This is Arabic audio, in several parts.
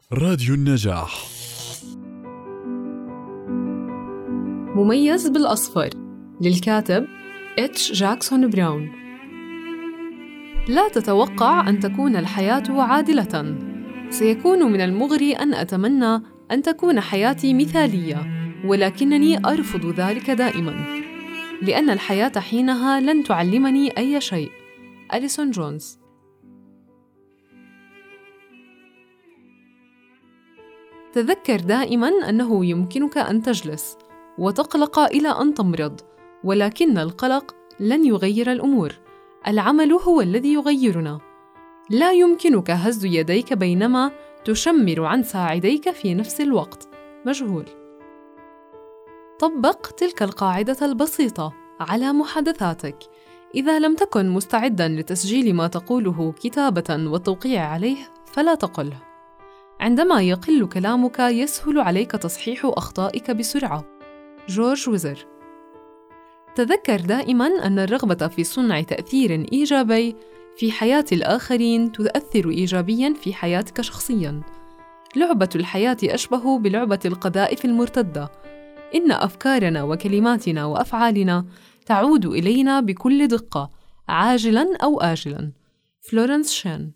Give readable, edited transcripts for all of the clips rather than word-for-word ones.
راديو النجاح. مميز بالأصفر للكاتب إتش جاكسون براون. لا تتوقع أن تكون الحياة عادلة. سيكون من المغري أن أتمنى أن تكون حياتي مثالية، ولكنني أرفض ذلك دائماً، لأن الحياة حينها لن تعلمني أي شيء. أليسون جونز. تذكر دائماً أنه يمكنك أن تجلس وتقلق إلى أن تمرض، ولكن القلق لن يغير الأمور. العمل هو الذي يغيرنا. لا يمكنك هز يديك بينما تشمر عن ساعديك في نفس الوقت. مجهول. طبق تلك القاعدة البسيطة على محادثاتك. إذا لم تكن مستعداً لتسجيل ما تقوله كتابة والتوقيع عليه، فلا تقله. عندما يقل كلامك يسهل عليك تصحيح أخطائك بسرعة. جورج ويزر. تذكر دائماً أن الرغبة في صنع تأثير إيجابي في حياة الآخرين تؤثر إيجابياً في حياتك شخصياً. لعبة الحياة أشبه بلعبة القذائف المرتدة. إن أفكارنا وكلماتنا وأفعالنا تعود إلينا بكل دقة، عاجلاً أو آجلاً. فلورنس شان.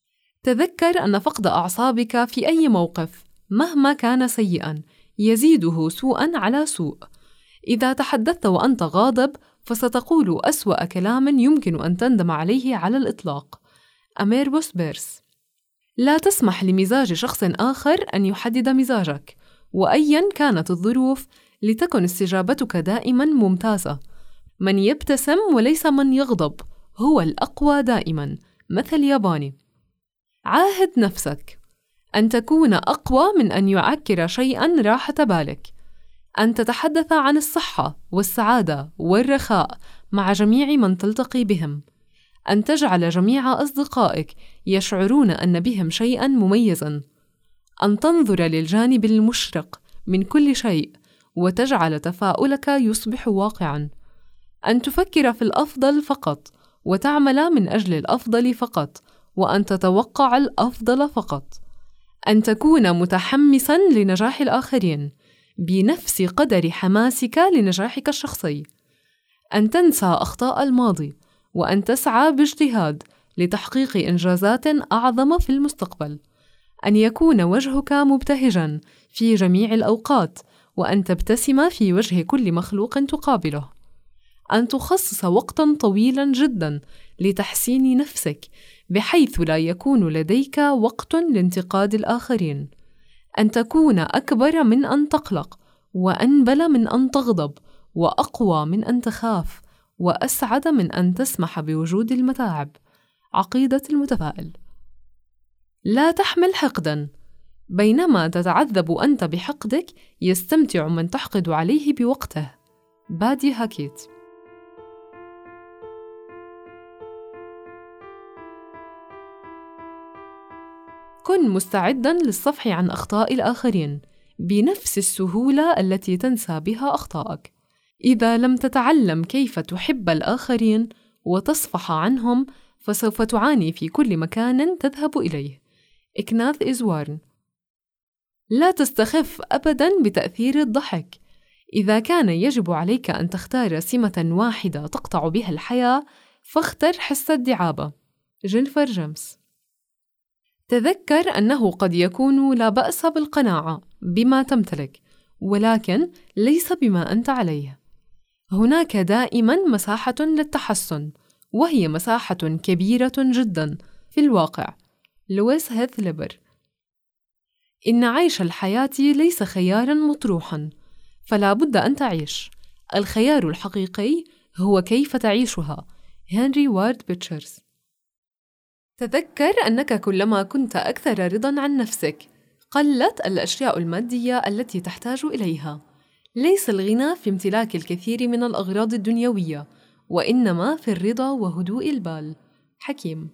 تذكر أن فقد أعصابك في أي موقف مهما كان سيئاً يزيده سوءاً على سوء. إذا تحدثت وأنت غاضب فستقول أسوأ كلام يمكن أن تندم عليه على الإطلاق. أميربوس بيرس. لا تسمح لمزاج شخص آخر أن يحدد مزاجك، وأياً كانت الظروف لتكن استجابتك دائماً ممتازة. من يبتسم وليس من يغضب هو الأقوى دائماً. مثل ياباني. عاهد نفسك أن تكون أقوى من أن يعكر شيئاً راحة بالك. أن تتحدث عن الصحة والسعادة والرخاء مع جميع من تلتقي بهم. أن تجعل جميع أصدقائك يشعرون أن بهم شيئاً مميزاً. أن تنظر للجانب المشرق من كل شيء وتجعل تفاؤلك يصبح واقعاً. أن تفكر في الأفضل فقط وتعمل من أجل الأفضل فقط، وأن تتوقع الأفضل فقط. أن تكون متحمساً لنجاح الآخرين بنفس قدر حماسك لنجاحك الشخصي. أن تنسى أخطاء الماضي وأن تسعى باجتهاد لتحقيق إنجازات أعظم في المستقبل. أن يكون وجهك مبتهجاً في جميع الأوقات وأن تبتسم في وجه كل مخلوق تقابله. أن تخصص وقتاً طويلاً جداً لتحسين نفسك بحيث لا يكون لديك وقت لانتقاد الآخرين. أن تكون أكبر من أن تقلق، وأنبل من أن تغضب، وأقوى من أن تخاف، وأسعد من أن تسمح بوجود المتاعب. عقيدة المتفائل. لا تحمل حقداً. بينما تتعذب أنت بحقدك يستمتع من تحقد عليه بوقته. بادي هاكيت. كن مستعداً للصفح عن أخطاء الآخرين بنفس السهولة التي تنسى بها أخطائك. إذا لم تتعلم كيف تحب الآخرين وتصفح عنهم فسوف تعاني في كل مكان تذهب إليه. إكناث إزوارن. لا تستخف أبداً بتأثير الضحك. إذا كان يجب عليك أن تختار سمة واحدة تقطع بها الحياة فاختر حس الدعابة. جينيفر جيمس. تذكر أنه قد يكون لا بأس بالقناعة بما تمتلك، ولكن ليس بما أنت عليه. هناك دائماً مساحة للتحسن، وهي مساحة كبيرة جداً في الواقع. لويس هيث ليبر. إن عيش الحياة ليس خياراً مطروحاً، فلا بد أن تعيش. الخيار الحقيقي هو كيف تعيشها. هنري وارد بيتشرز. تذكر أنك كلما كنت أكثر رضاً عن نفسك قلت الأشياء المادية التي تحتاج إليها. ليس الغنى في امتلاك الكثير من الأغراض الدنيوية، وإنما في الرضا وهدوء البال. حكيم.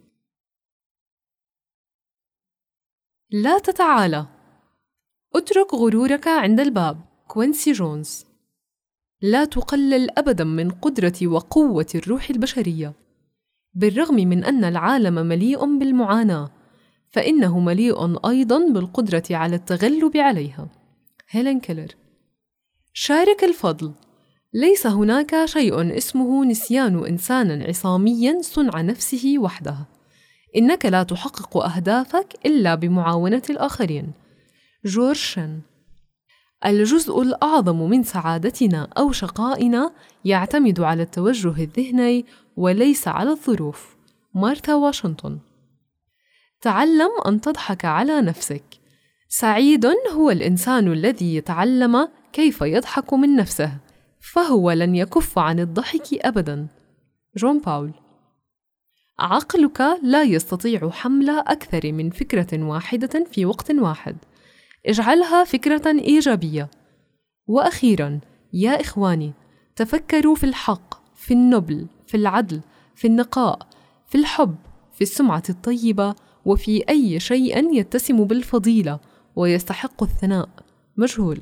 لا تتعالى. اترك غرورك عند الباب. كوينسي جونز. لا تقلل أبداً من قدرة وقوة الروح البشرية. بالرغم من أن العالم مليء بالمعاناة، فإنه مليء أيضاً بالقدرة على التغلب عليها. هيلين كيلر. شارك الفضل. ليس هناك شيء اسمه نسيان إنسان عصامي صنع نفسه وحده. إنك لا تحقق أهدافك إلا بمعاونة الآخرين. جورج شن. الجزء الأعظم من سعادتنا أو شقائنا يعتمد على التوجه الذهني وليس على الظروف. مارثا واشنطن. تعلم أن تضحك على نفسك. سعيد هو الإنسان الذي يتعلم كيف يضحك من نفسه، فهو لن يكف عن الضحك أبداً. جون باول. عقلك لا يستطيع حمل أكثر من فكرة واحدة في وقت واحد. اجعلها فكرة إيجابية. وأخيراً يا إخواني، تفكروا في الحق، في النبل، في العدل، في النقاء، في الحب، في السمعة الطيبة، وفي أي شيء يتسم بالفضيلة ويستحق الثناء. مجهول.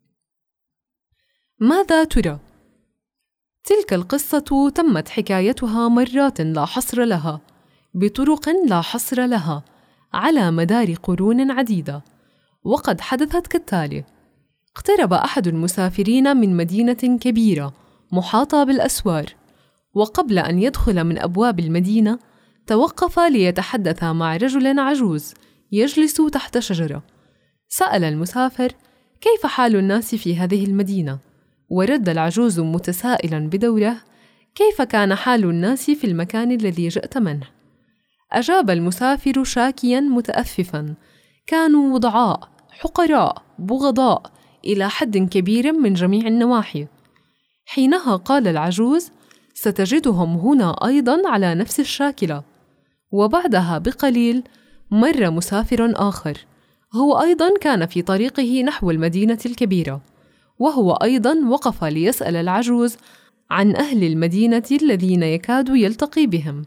ماذا ترى؟ تلك القصة تمت حكايتها مرات لا حصر لها، بطرق لا حصر لها، على مدار قرون عديدة. وقد حدثت كالتالي: اقترب أحد المسافرين من مدينة كبيرة محاطة بالأسوار، وقبل أن يدخل من أبواب المدينة توقف ليتحدث مع رجل عجوز يجلس تحت شجرة. سأل المسافر: كيف حال الناس في هذه المدينة؟ ورد العجوز متسائلا بدوره: كيف كان حال الناس في المكان الذي جئت منه؟ أجاب المسافر شاكيا متأففا: كانوا وضعاء، حقراء، بغضاء، إلى حد كبير من جميع النواحي. حينها قال العجوز: ستجدهم هنا أيضا على نفس الشاكلة. وبعدها بقليل مر مسافر آخر، هو أيضا كان في طريقه نحو المدينة الكبيرة، وهو أيضا وقف ليسأل العجوز عن أهل المدينة الذين يكاد يلتقي بهم.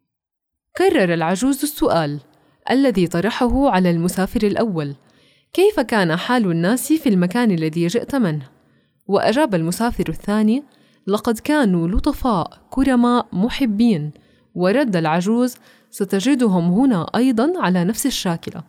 كرر العجوز السؤال الذي طرحه على المسافر الأول: كيف كان حال الناس في المكان الذي جئت منه؟ وأجاب المسافر الثاني: لقد كانوا لطفاء، كرماء، محبين. ورد العجوز: ستجدهم هنا أيضا على نفس الشاكلة.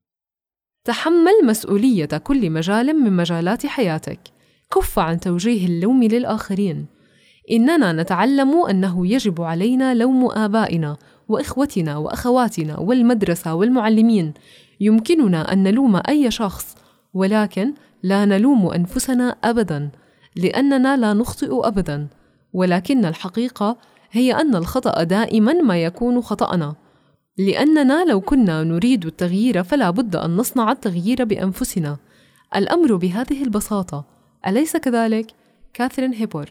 تحمل مسؤولية كل مجال من مجالات حياتك. كف عن توجيه اللوم للآخرين. إننا نتعلم أنه يجب علينا لوم آبائنا وإخوتنا وأخواتنا والمدرسة والمعلمين. يمكننا أن نلوم أي شخص، ولكن لا نلوم أنفسنا أبداً، لأننا لا نخطئ أبداً. ولكن الحقيقة هي أن الخطأ دائماً ما يكون خطأنا، لأننا لو كنا نريد التغيير فلا بد أن نصنع التغيير بأنفسنا. الأمر بهذه البساطة، أليس كذلك؟ كاثرين هيبورن.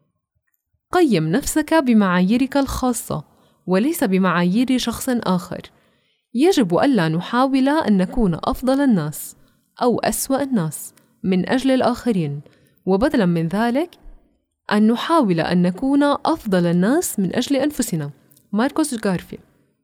قيم نفسك بمعاييرك الخاصة وليس بمعايير شخص آخر. يجب ألا نحاول أن نكون أفضل الناس أو أسوأ الناس من أجل الآخرين، وبدلاً من ذلك أن نحاول أن نكون أفضل الناس من أجل أنفسنا. ماركوس غارفي.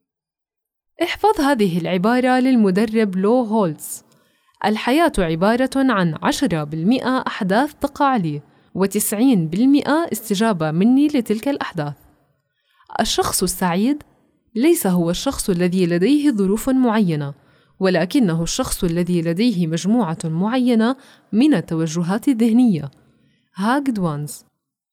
احفظ هذه العبارة للمدرب لو هولتز: الحياة عبارة عن 10% أحداث تقع لي و90% استجابة مني لتلك الأحداث. الشخص السعيد ليس هو الشخص الذي لديه ظروف معينة، ولكنه الشخص الذي لديه مجموعة معينة من التوجهات الذهنية. هاغ دوانز.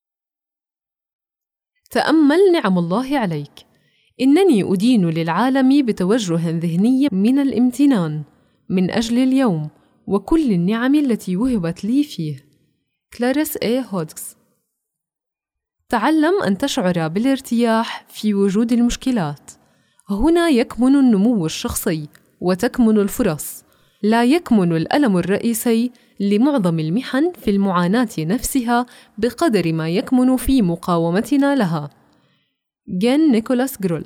تأمل نعم الله عليك. إنني أدين للعالم بتوجه ذهني من الامتنان من أجل اليوم وكل النعم التي وهبت لي فيه. كلاريس إيه هودكس. تعلم أن تشعر بالارتياح في وجود المشكلات. هنا يكمن النمو الشخصي وتكمن الفرص، لا يكمن الألم الرئيسي لمعظم المحن في المعاناة نفسها بقدر ما يكمن في مقاومتنا لها. جين نيكولاس جرول.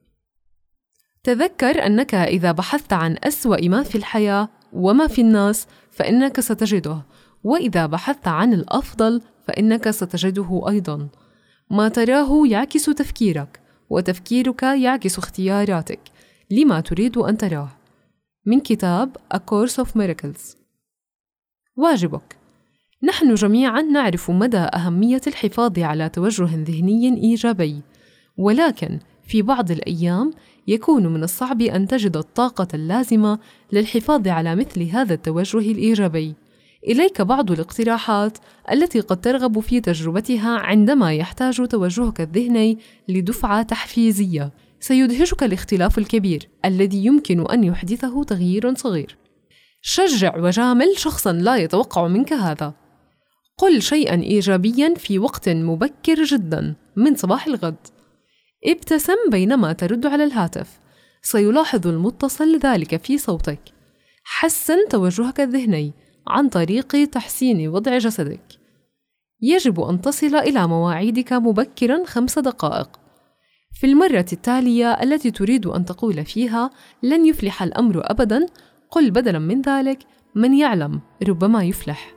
تذكر أنك إذا بحثت عن أسوأ ما في الحياة وما في الناس فإنك ستجده، وإذا بحثت عن الأفضل فإنك ستجده أيضاً. ما تراه يعكس تفكيرك، وتفكيرك يعكس اختياراتك لما تريد أن تراه. من كتاب A Course of Miracles. واجبك. نحن جميعاً نعرف مدى أهمية الحفاظ على توجه ذهني إيجابي، ولكن في بعض الأيام يكون من الصعب أن تجد الطاقة اللازمة للحفاظ على مثل هذا التوجه الإيجابي. إليك بعض الاقتراحات التي قد ترغب في تجربتها عندما يحتاج توجهك الذهني لدفعة تحفيزية. سيدهشك الاختلاف الكبير الذي يمكن أن يحدثه تغيير صغير. شجع وجامل شخصاً لا يتوقع منك هذا. قل شيئاً إيجابياً في وقت مبكر جداً من صباح الغد. ابتسم بينما ترد على الهاتف، سيلاحظ المتصل ذلك في صوتك. حسن توجهك الذهني عن طريق تحسين وضع جسدك. يجب أن تصل إلى مواعيدك مبكراً 5 دقائق. في المرة التالية التي تريد أن تقول فيها لن يفلح الأمر أبداً، قل بدلاً من ذلك من يعلم ربما يفلح.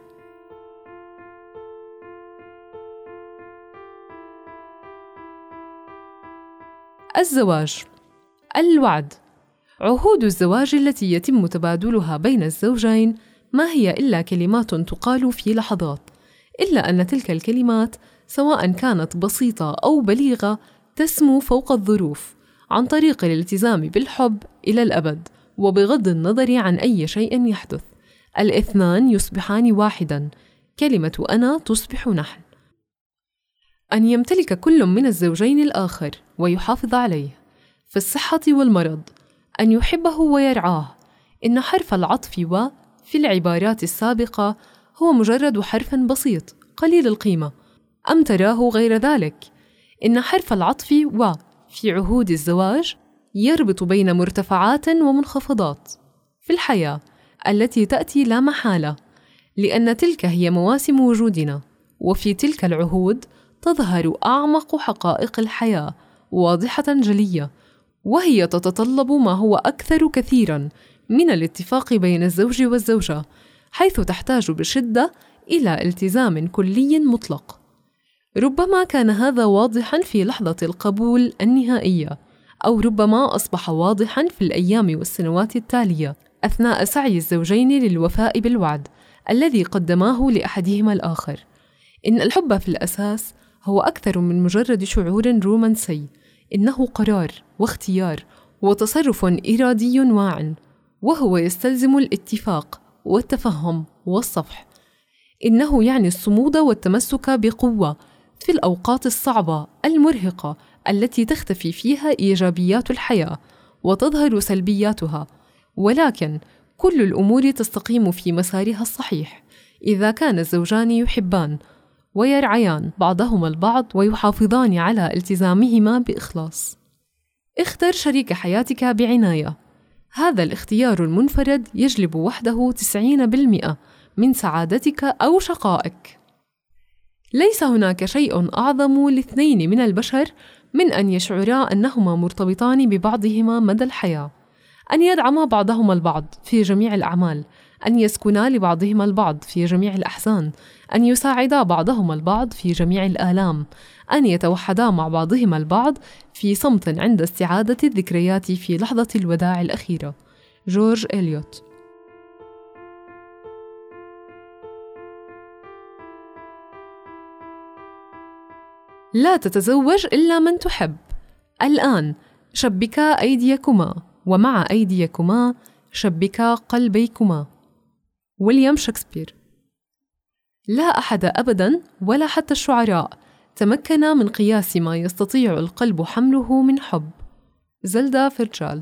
الزواج. الوعد. عهود الزواج التي يتم تبادلها بين الزوجين ما هي إلا كلمات تقال في لحظات، إلا أن تلك الكلمات سواء كانت بسيطة أو بليغة تسمو فوق الظروف عن طريق الالتزام بالحب إلى الأبد، وبغض النظر عن أي شيء يحدث. الاثنان يصبحان واحداً، كلمة أنا تصبح نحن. أن يمتلك كل من الزوجين الآخر ويحافظ عليه في الصحة والمرض، أن يحبه ويرعاه. إن حرف العطف و في العبارات السابقة هو مجرد حرف بسيط قليل القيمة، أم تراه غير ذلك؟ إن حرف العطف و في عهود الزواج يربط بين مرتفعات ومنخفضات في الحياة التي تأتي لا محالة، لأن تلك هي مواسم وجودنا، وفي تلك العهود تظهر أعمق حقائق الحياة واضحة جلية، وهي تتطلب ما هو أكثر كثيراً من الاتفاق بين الزوج والزوجة، حيث تحتاج بشدة إلى التزام كلي مطلق. ربما كان هذا واضحاً في لحظة القبول النهائية، أو ربما أصبح واضحاً في الأيام والسنوات التالية أثناء سعي الزوجين للوفاء بالوعد الذي قدماه لأحدهما الآخر. إن الحب في الأساس هو أكثر من مجرد شعور رومانسي، إنه قرار واختيار وتصرف إرادي واعٍ، وهو يستلزم الاتفاق والتفهم والصفح. إنه يعني الصمود والتمسك بقوة في الأوقات الصعبة المرهقة التي تختفي فيها إيجابيات الحياة وتظهر سلبياتها، ولكن كل الأمور تستقيم في مسارها الصحيح إذا كان الزوجان يحبان ويرعيان بعضهما البعض ويحافظان على التزامهما بإخلاص. اختر شريك حياتك بعناية. هذا الاختيار المنفرد يجلب وحده 90% من سعادتك أو شقائك. ليس هناك شيء أعظم لاثنين من البشر من أن يشعرا أنهما مرتبطان ببعضهما مدى الحياة، أن يدعما بعضهما البعض في جميع الأعمال، أن يسكنا لبعضهما البعض في جميع الأحزان، أن يساعدا بعضهما البعض في جميع الآلام، أن يتوحدا مع بعضهما البعض في صمت عند استعادة الذكريات في لحظة الوداع الأخيرة. جورج إليوت. لا تتزوج إلا من تحب. الآن شبكا أيديكما، ومع أيديكما شبكا قلبيكما. ويليام شكسبير. لا أحد أبداً ولا حتى الشعراء تمكن من قياس ما يستطيع القلب حمله من حب. زلدا فيتشالد.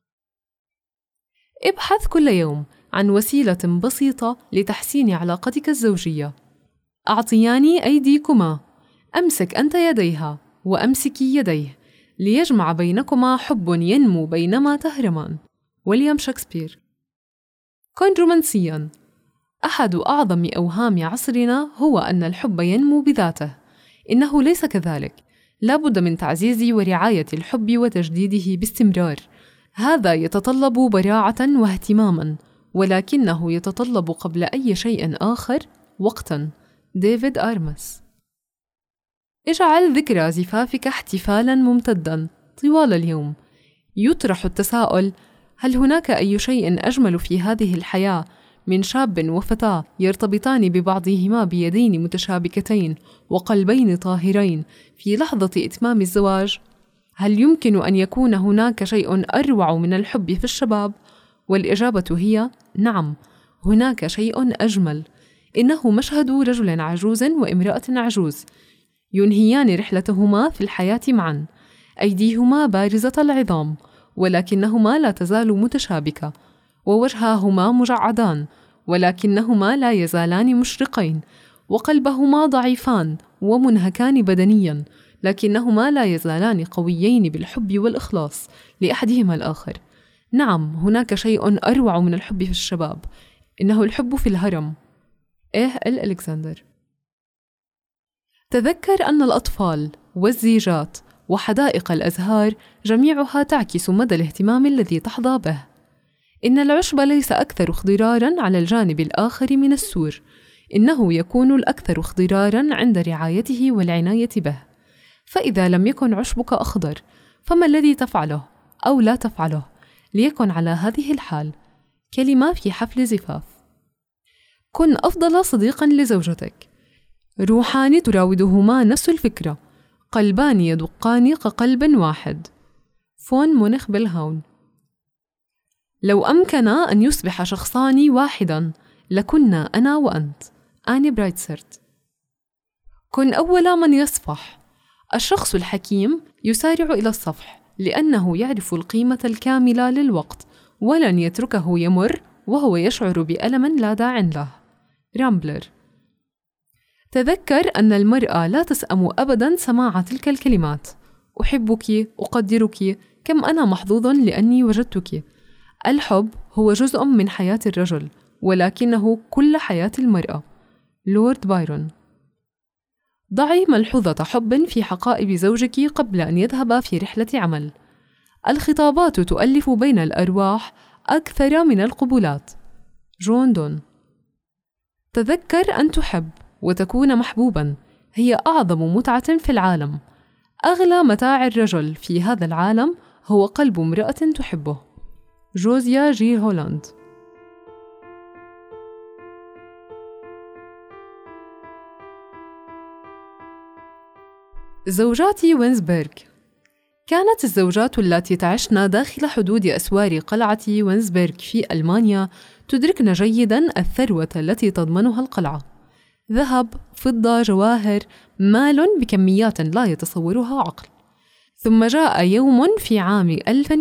ابحث كل يوم عن وسيلة بسيطة لتحسين علاقتك الزوجية. أعطياني أيديكما. أمسك أنت يديها وأمسكي يديه ليجمع بينكما حب ينمو بينما تهرمان. ويليام شكسبير. كن رومانسياً. أحد أعظم أوهام عصرنا هو أن الحب ينمو بذاته. إنه ليس كذلك. لا بد من تعزيز ورعاية الحب وتجديده باستمرار. هذا يتطلب براعة واهتماماً، ولكنه يتطلب قبل أي شيء آخر وقتاً. ديفيد آرمس. اجعل ذكرى زفافك احتفالاً ممتداً طوال اليوم. يطرح التساؤل: هل هناك أي شيء أجمل في هذه الحياة من شاب وفتاة يرتبطان ببعضهما بيدين متشابكتين وقلبين طاهرين في لحظة إتمام الزواج؟ هل يمكن أن يكون هناك شيء أروع من الحب في الشباب؟ والإجابة هي نعم، هناك شيء أجمل. إنه مشهد رجل عجوز وامرأة عجوز ينهيان رحلتهما في الحياة معا، أيديهما بارزة العظام ولكنهما لا تزال متشابكة، ووجهاهما مجعدان ولكنهما لا يزالان مشرقين، وقلبهما ضعيفان ومنهكان بدنيا لكنهما لا يزالان قويين بالحب والإخلاص لأحدهما الآخر. نعم، هناك شيء أروع من الحب في الشباب، إنه الحب في الهرم. ألكسندر. تذكر أن الأطفال والزيجات وحدائق الأزهار جميعها تعكس مدى الاهتمام الذي تحظى به. إن العشب ليس أكثر اخضراراً على الجانب الآخر من السور، إنه يكون الأكثر اخضراراً عند رعايته والعناية به. فإذا لم يكن عشبك أخضر فما الذي تفعله أو لا تفعله ليكن على هذه الحال؟ كلمة في حفل زفاف. كن أفضل صديقاً لزوجتك. روحان تراودهما نفس الفكرة، قلبان يدقان كقلب واحد. فون مونيخ بلهاون. لو أمكن أن يصبح شخصان واحداً لكنا أنا وأنت. آني برايتسرت. كن أول من يصفح. الشخص الحكيم يسارع إلى الصفح لأنه يعرف القيمة الكاملة للوقت ولن يتركه يمر وهو يشعر بألم لا داع له. رامبلر. تذكر أن المرأة لا تسأم أبداً سماع تلك الكلمات: أحبك، أقدرك، كم أنا محظوظ لأني وجدتك. الحب هو جزء من حياة الرجل ولكنه كل حياة المرأة. لورد بايرون. ضعي ملحوظة حب في حقائب زوجك قبل أن يذهب في رحلة عمل. الخطابات تؤلف بين الأرواح أكثر من القبلات. جون دون. تذكر أن تحب وتكون محبوباً هي أعظم متعة في العالم. أغلى متاع الرجل في هذا العالم هو قلب امرأة تحبه. جوزيا جي هولاند. زوجات وينسبرغ. كانت الزوجات التي تعشن داخل حدود أسوار قلعة وينسبرغ في ألمانيا تدركن جيداً الثروة التي تضمنها القلعة: ذهب، فضة، جواهر، مال بكميات لا يتصورها عقل. ثم جاء يوم في عام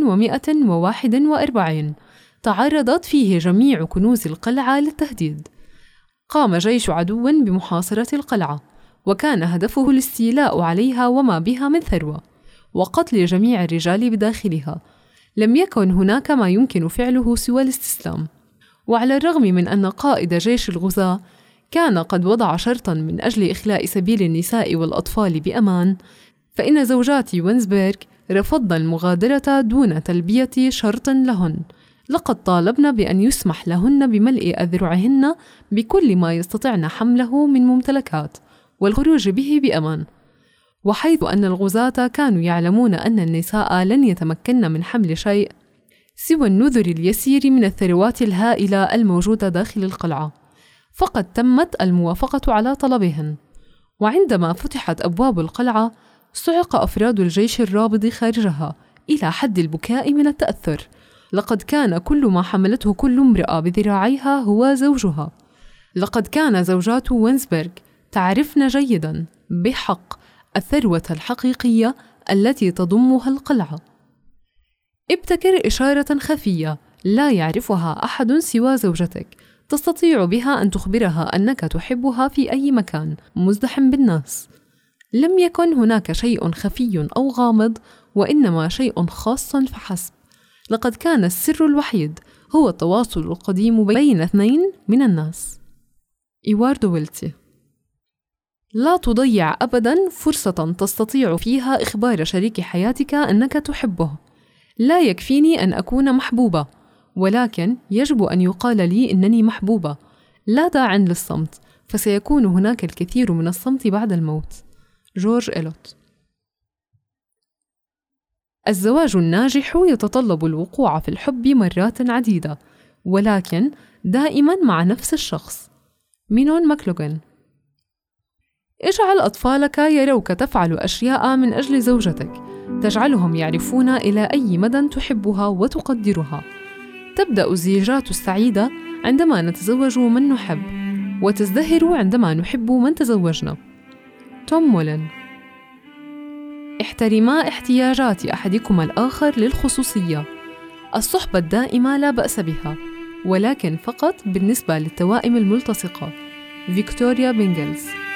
1141 تعرضت فيه جميع كنوز القلعة للتهديد. قام جيش عدو بمحاصرة القلعة وكان هدفه الاستيلاء عليها وما بها من ثروة وقتل جميع الرجال بداخلها. لم يكن هناك ما يمكن فعله سوى الاستسلام. وعلى الرغم من أن قائد جيش الغزاة كان قد وضع شرطاً من أجل إخلاء سبيل النساء والأطفال بأمان، فإن زوجات وينسبرغ رفضن المغادرة دون تلبية شرط لهن. لقد طالبن بأن يسمح لهن بملء أذرعهن بكل ما يستطعن حمله من ممتلكات والخروج به بأمان. وحيث أن الغزاة كانوا يعلمون أن النساء لن يتمكن من حمل شيء سوى النذر اليسير من الثروات الهائلة الموجودة داخل القلعة، فقد تمت الموافقة على طلبهن. وعندما فتحت أبواب القلعة صعق أفراد الجيش الرابض خارجها إلى حد البكاء من التأثر. لقد كان كل ما حملته كل امرأة بذراعيها هو زوجها. لقد كان زوجات وينسبرغ تعرفن جيداً بحق الثروة الحقيقية التي تضمها القلعة. ابتكر إشارة خفية لا يعرفها أحد سوى زوجتك، تستطيع بها أن تخبرها أنك تحبها في أي مكان مزدحم بالناس. لم يكن هناك شيء خفي أو غامض، وإنما شيء خاص فحسب. لقد كان السر الوحيد هو التواصل القديم بين اثنين من الناس. إيوارد ويلتي. لا تضيع أبداً فرصة تستطيع فيها إخبار شريك حياتك أنك تحبه. لا يكفيني أن أكون محبوبة، ولكن يجب أن يقال لي إنني محبوبة. لا داعي للصمت، فسيكون هناك الكثير من الصمت بعد الموت. جورج إلوت. الزواج الناجح يتطلب الوقوع في الحب مرات عديدة، ولكن دائما مع نفس الشخص. مينون ماكلوغن. اجعل أطفالك يروك تفعل أشياء من أجل زوجتك، تجعلهم يعرفون إلى أي مدى تحبها وتقدرها. تبدأ الزيجات السعيدة عندما نتزوج من نحب، وتزدهر عندما نحب من تزوجنا. توم مولن. احترما احتياجات أحدكما الآخر للخصوصية. الصحبة الدائمة لا بأس بها، ولكن فقط بالنسبة للتوائم الملتصقة. فيكتوريا بينجلز.